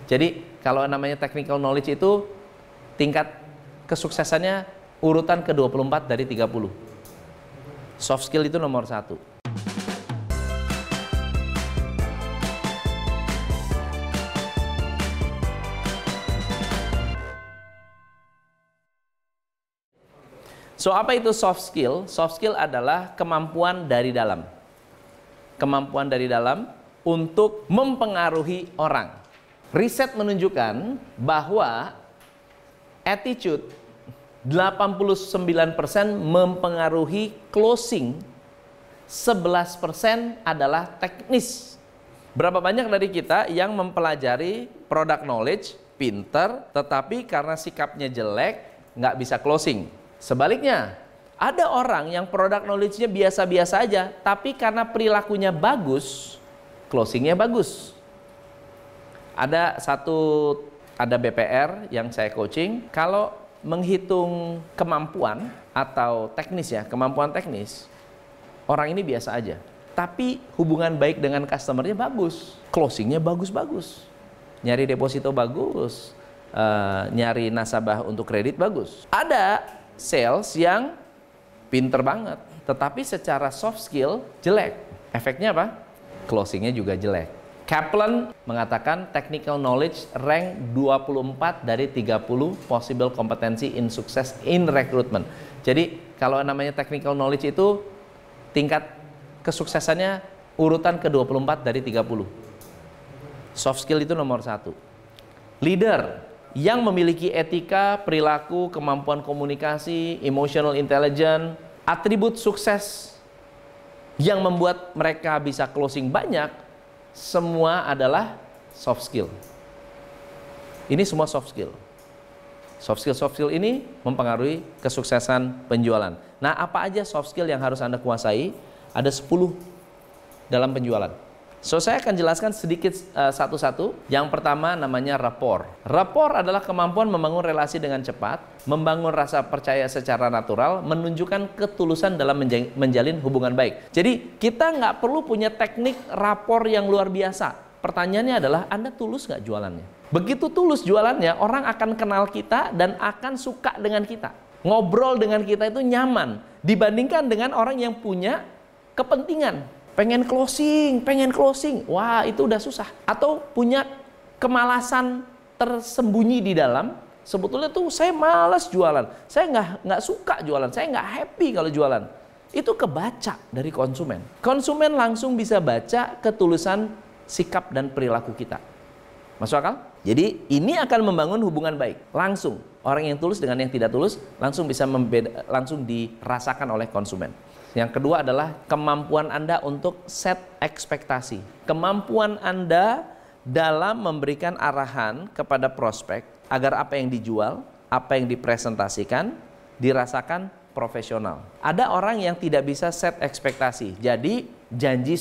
Jadi kalau namanya technical knowledge itu tingkat kesuksesannya urutan ke-24 dari 30. Soft skill itu nomor 1. So, apa itu soft skill? Soft skill adalah kemampuan dari dalam. Kemampuan dari dalam untuk mempengaruhi orang. Riset menunjukkan bahwa attitude 89% mempengaruhi closing, 11% adalah teknis. Berapa banyak dari kita yang mempelajari product knowledge, pinter, tetapi karena sikapnya jelek, nggak bisa closing. Sebaliknya, ada orang yang product knowledge-nya biasa-biasa aja, tapi karena perilakunya bagus, closingnya bagus. Ada BPR yang saya coaching, kalau menghitung kemampuan atau teknis ya, kemampuan teknis, orang ini biasa aja. Tapi hubungan baik dengan customer-nya bagus, closingnya bagus-bagus. Nyari deposito bagus, nyari nasabah untuk kredit bagus. Ada sales yang pinter banget, tetapi secara soft skill jelek. Efeknya apa? Closingnya juga jelek. Kaplan mengatakan technical knowledge rank 24 dari 30 possible competency in success in recruitment. Jadi kalau namanya technical knowledge itu tingkat kesuksesannya urutan ke-24 dari 30. Soft skill itu nomor 1. Leader yang memiliki etika, perilaku, kemampuan komunikasi, emotional intelligence, atribut sukses yang membuat mereka bisa closing banyak, semua adalah soft skill. Ini semua soft skill. Soft skill ini mempengaruhi kesuksesan penjualan. Nah, apa aja soft skill yang harus Anda kuasai? Ada 10 dalam penjualan. So, saya akan jelaskan sedikit satu-satu. Yang pertama namanya rapport. Rapport adalah kemampuan membangun relasi dengan cepat, membangun rasa percaya secara natural, menunjukkan ketulusan dalam menjalin hubungan baik. Jadi, kita nggak perlu punya teknik rapport yang luar biasa. Pertanyaannya adalah, Anda tulus nggak jualannya? Begitu tulus jualannya, orang akan kenal kita dan akan suka dengan kita. Ngobrol dengan kita itu nyaman, dibandingkan dengan orang yang punya kepentingan. Pengen closing. Wah, itu udah susah. Atau punya kemalasan tersembunyi di dalam. Sebetulnya tuh saya malas jualan. Saya nggak suka jualan. Saya nggak happy kalau jualan. Itu kebaca dari konsumen. Konsumen langsung bisa baca ketulusan sikap dan perilaku kita. Masuk akal? Jadi ini akan membangun hubungan baik. Langsung. Orang yang tulus dengan yang tidak tulus langsung bisa langsung dirasakan oleh konsumen. Yang kedua adalah kemampuan Anda untuk set ekspektasi. Kemampuan Anda dalam memberikan arahan kepada prospek agar apa yang dijual, apa yang dipresentasikan, dirasakan profesional. Ada orang yang tidak bisa set ekspektasi. Jadi janji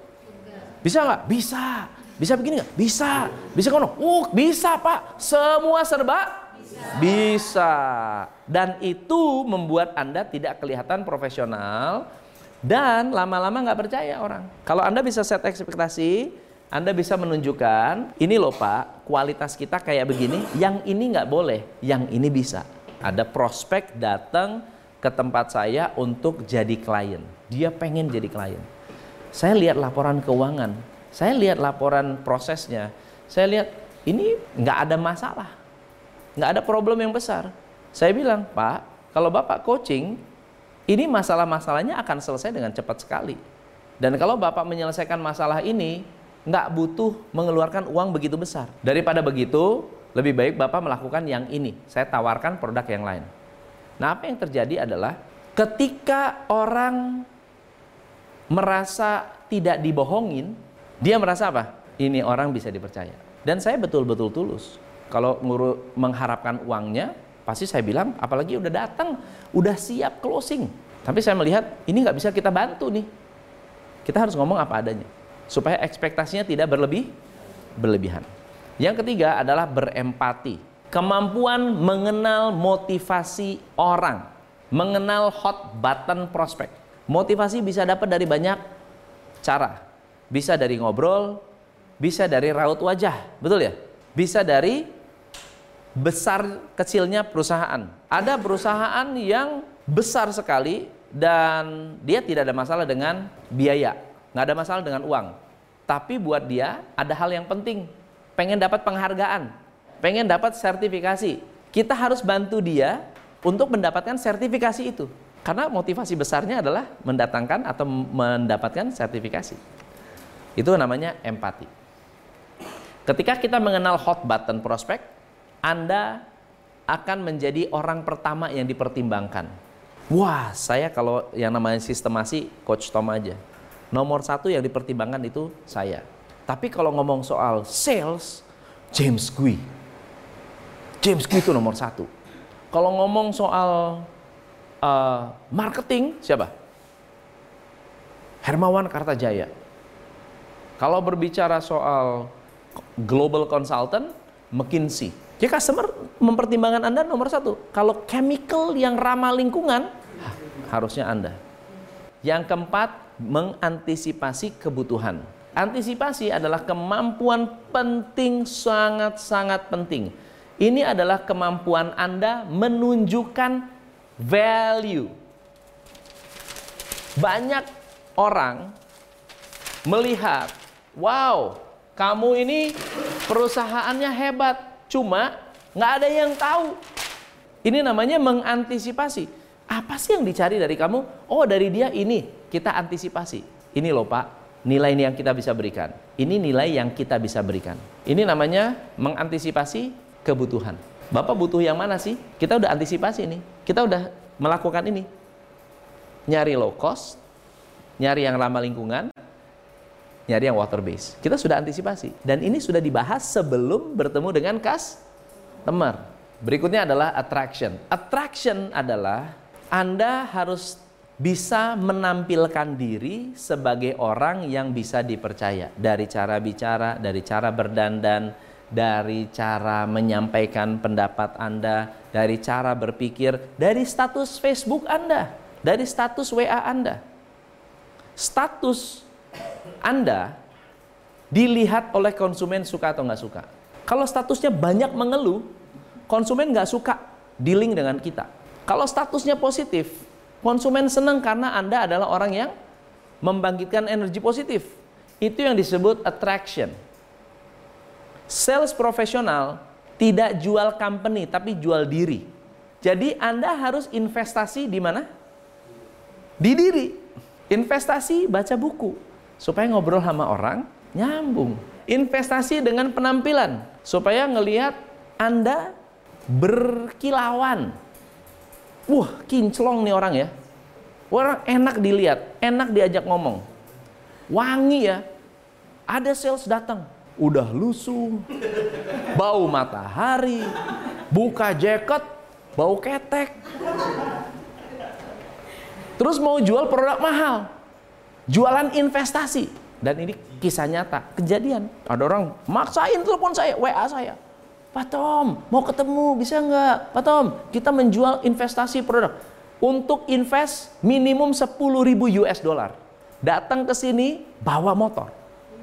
bisa nggak? Bisa. Bisa begini nggak? Bisa. Bisa kono? Bisa Pak. Semua serba bisa. Dan itu membuat Anda tidak kelihatan profesional dan lama-lama nggak percaya orang. Kalau Anda bisa set ekspektasi, Anda bisa menunjukkan, ini loh Pak, kualitas kita kayak begini, yang ini nggak boleh, yang ini bisa. Ada prospek datang ke tempat saya untuk jadi klien. Dia pengen jadi klien. Saya lihat laporan keuangan, saya lihat laporan prosesnya, saya lihat ini nggak ada masalah. Nggak ada problem yang besar. Saya bilang, Pak, kalau Bapak coaching, ini masalah-masalahnya akan selesai dengan cepat sekali. Dan kalau Bapak menyelesaikan masalah ini, nggak butuh mengeluarkan uang begitu besar. Daripada begitu, lebih baik Bapak melakukan yang ini. Saya tawarkan produk yang lain. Nah, apa yang terjadi adalah ketika orang merasa tidak dibohongin, dia merasa apa? Ini orang bisa dipercaya. Dan saya betul-betul tulus. Kalau mengharapkan uangnya, pasti saya bilang, apalagi udah datang, udah siap closing. Tapi saya melihat, ini nggak bisa kita bantu nih. Kita harus ngomong apa adanya, supaya ekspektasinya tidak berlebihan. Yang ketiga adalah berempati. Kemampuan mengenal motivasi orang, mengenal hot button prospek. Motivasi bisa dapat dari banyak cara. Bisa dari ngobrol, bisa dari raut wajah, betul ya? bisa dari besar kecilnya perusahaan. Ada perusahaan yang besar sekali dan dia tidak ada masalah dengan biaya, nggak ada masalah dengan uang. Tapi buat dia ada hal yang penting, pengen dapat penghargaan, pengen dapat sertifikasi. Kita harus bantu dia untuk mendapatkan sertifikasi itu. Karena motivasi besarnya adalah mendatangkan atau mendapatkan sertifikasi. Itu namanya empati. Ketika kita mengenal hot button prospek, Anda akan menjadi orang pertama yang dipertimbangkan. Wah, saya kalau yang namanya sistemasi, Coach Tom aja. Nomor 1 yang dipertimbangkan itu saya. Tapi kalau ngomong soal sales, James Gui. James Gui itu nomor 1. Kalau ngomong soal marketing, siapa? Hermawan Kartajaya. Kalau berbicara soal global consultant, McKinsey. Jadi customer mempertimbangkan Anda nomor 1. Kalau chemical yang ramah lingkungan, harusnya Anda. Yang keempat, mengantisipasi kebutuhan. Antisipasi adalah kemampuan penting, sangat-sangat penting. Ini adalah kemampuan Anda menunjukkan value. Banyak orang melihat, wow, kamu ini perusahaannya hebat, cuma nggak ada yang tahu. Ini namanya mengantisipasi. Apa sih yang dicari dari kamu? Oh, dari dia ini, kita antisipasi. Ini loh Pak, nilai yang kita bisa berikan. Ini nilai yang kita bisa berikan. Ini namanya mengantisipasi kebutuhan. Bapak butuh yang mana sih? Kita udah antisipasi nih. Kita udah melakukan ini. Nyari low cost, nyari yang ramah lingkungan, nyari yang water base. Kita sudah antisipasi. Dan ini sudah dibahas sebelum bertemu dengan customer. Berikutnya adalah attraction. Attraction adalah Anda harus bisa menampilkan diri sebagai orang yang bisa dipercaya. Dari cara bicara, dari cara berdandan, dari cara menyampaikan pendapat Anda, dari cara berpikir, dari status Facebook Anda, dari status WA Anda. Status Anda dilihat oleh konsumen suka atau nggak suka. Kalau statusnya banyak mengeluh, konsumen nggak suka dealing dengan kita. Kalau statusnya positif, konsumen senang karena Anda adalah orang yang membangkitkan energi positif. Itu yang disebut attraction. Sales profesional tidak jual company, tapi jual diri. Jadi Anda harus investasi di mana? Di diri. Investasi baca buku, supaya ngobrol sama orang, nyambung. Investasi dengan penampilan, supaya ngelihat Anda berkilauan. Wah, kinclong nih orang ya. Orang enak dilihat, enak diajak ngomong. Wangi ya. Ada sales datang, udah lusuh, bau matahari, buka jaket, bau ketek. Terus mau jual produk mahal, jualan investasi. Dan ini kisah nyata, kejadian. Ada orang maksain telepon saya, WA saya. Pak Tom, mau ketemu, bisa nggak? Pak Tom, kita menjual investasi produk. Untuk invest minimum 10.000 US dollar. Datang ke sini, bawa motor.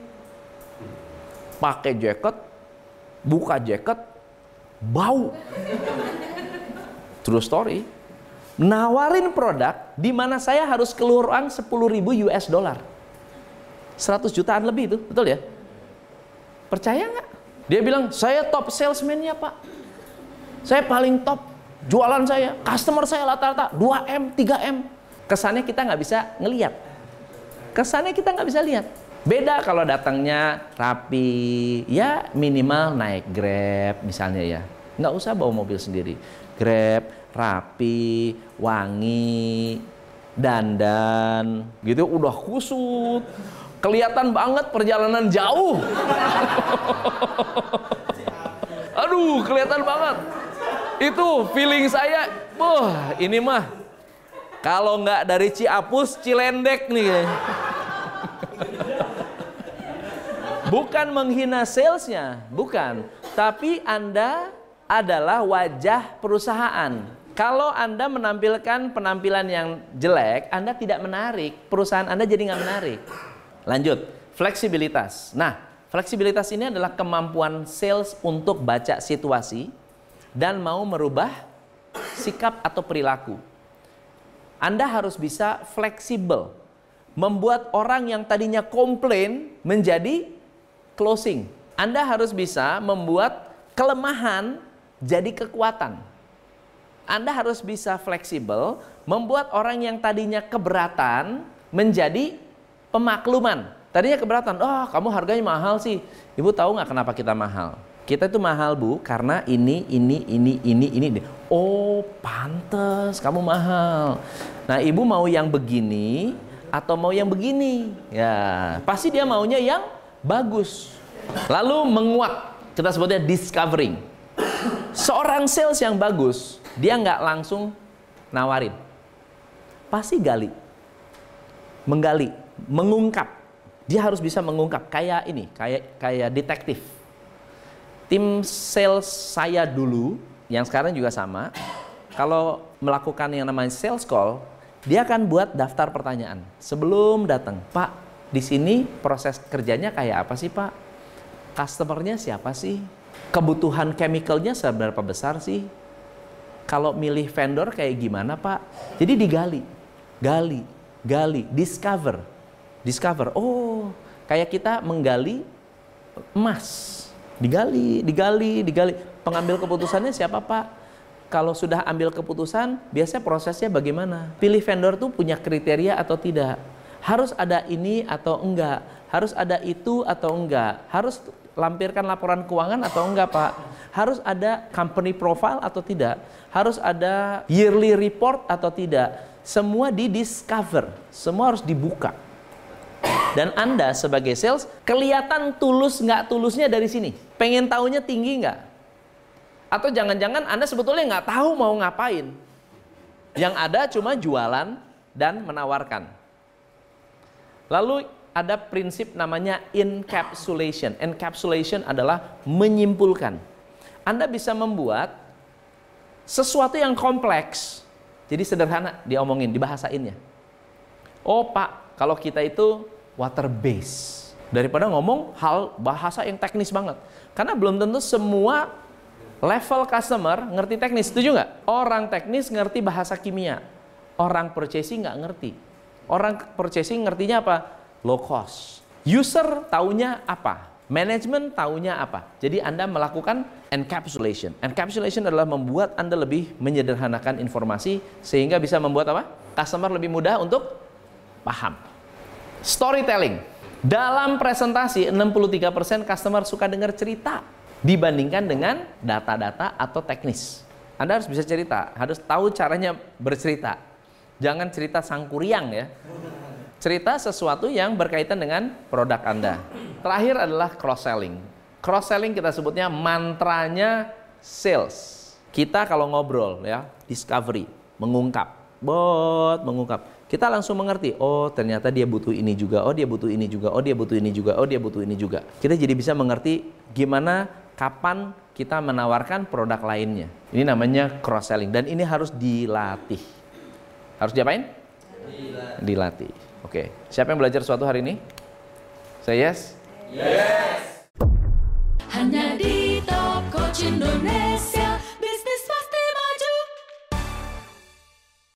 Pakai jaket, buka jaket, bau. True story. Nawarin produk di mana saya harus keluar uang 10.000 US dollar. 100 jutaan lebih itu, betul ya? Percaya nggak? Dia bilang, saya top salesman-nya Pak. Saya paling top jualan saya. Customer saya rata-rata 2M, 3M. Kesannya kita nggak bisa ngelihat. Kesannya kita nggak bisa lihat. Beda kalau datangnya rapi, ya minimal naik Grab misalnya ya. Nggak usah bawa mobil sendiri. Grab, rapi, wangi, dandan, gitu udah kusut. Kelihatan banget perjalanan jauh. Aduh, kelihatan banget. Itu feeling saya, wah ini mah kalau nggak dari Ciapus, Cilendek nih. Bukan menghina salesnya, bukan. Tapi Anda adalah wajah perusahaan. Kalau Anda menampilkan penampilan yang jelek, Anda tidak menarik. Perusahaan Anda jadi nggak menarik. Lanjut, fleksibilitas. Nah, Fleksibilitas ini adalah kemampuan sales untuk baca situasi dan mau merubah sikap atau perilaku. Anda harus bisa fleksibel, membuat orang yang tadinya komplain menjadi closing. Anda harus bisa membuat kelemahan jadi kekuatan. Anda harus bisa fleksibel, membuat orang yang tadinya keberatan menjadi pemakluman. Tadinya keberatan, oh kamu harganya mahal sih. Ibu tahu nggak kenapa kita mahal? Kita itu mahal bu, karena ini. Oh pantes kamu mahal. Nah ibu mau yang begini atau mau yang begini? Ya pasti dia maunya yang bagus. Lalu menguak, kita sebutnya discovering. Seorang sales yang bagus, dia nggak langsung nawarin. Pasti gali, menggali, mengungkap. Dia harus bisa mengungkap, kayak ini, kayak detektif. Tim sales saya dulu, yang sekarang juga sama, kalau melakukan yang namanya sales call, dia akan buat daftar pertanyaan sebelum datang. Pak, di sini proses kerjanya kayak apa sih Pak? Customernya siapa sih? Kebutuhan chemicalnya seberapa besar sih? Kalau milih vendor kayak gimana Pak? Jadi digali, gali, discover. Oh, kayak kita menggali emas. Digali. Pengambil keputusannya siapa Pak? Kalau sudah ambil keputusan, biasanya prosesnya bagaimana? Pilih vendor tuh punya kriteria atau tidak? Harus ada ini atau enggak? Harus ada itu atau enggak? Harus lampirkan laporan keuangan atau enggak Pak? Harus ada company profile atau tidak? Harus ada yearly report atau tidak? Semua di-discover, semua harus dibuka. Dan Anda sebagai sales, kelihatan tulus nggak tulusnya dari sini. Pengen tahunya tinggi nggak? Atau jangan-jangan Anda sebetulnya nggak tahu mau ngapain. Yang ada cuma jualan dan menawarkan. Lalu ada prinsip namanya encapsulation. Encapsulation adalah menyimpulkan. Anda bisa membuat sesuatu yang kompleks jadi sederhana diomongin, dibahasainnya. Oh Pak, kalau kita itu water base, daripada ngomong hal bahasa yang teknis banget. Karena belum tentu semua level customer ngerti teknis, setuju nggak? Orang teknis ngerti bahasa kimia, orang purchasing nggak ngerti. Orang purchasing ngertinya apa? Low cost. User taunya apa? Manajemen taunya apa? Jadi Anda melakukan encapsulation. Encapsulation adalah membuat Anda lebih menyederhanakan informasi sehingga bisa membuat apa? Customer lebih mudah untuk paham. Storytelling. Dalam presentasi 63% customer suka dengar cerita dibandingkan dengan data-data atau teknis. Anda harus bisa cerita, harus tahu caranya bercerita. Jangan cerita sangkuriang ya. Cerita sesuatu yang berkaitan dengan produk Anda. Terakhir adalah cross-selling. Cross-selling kita sebutnya mantranya sales. Kita kalau ngobrol ya, discovery, mengungkap. Mengungkap. Kita langsung mengerti, oh ternyata dia butuh ini juga, oh dia butuh ini juga, oh dia butuh ini juga, oh dia butuh ini juga. Kita jadi bisa mengerti gimana, kapan kita menawarkan produk lainnya. Ini namanya cross-selling dan ini harus dilatih. Harus diapain? Dilatih. Oke, siapa yang belajar sesuatu hari ini? Say yes? Yes! Hanya di Top Coach Indonesia.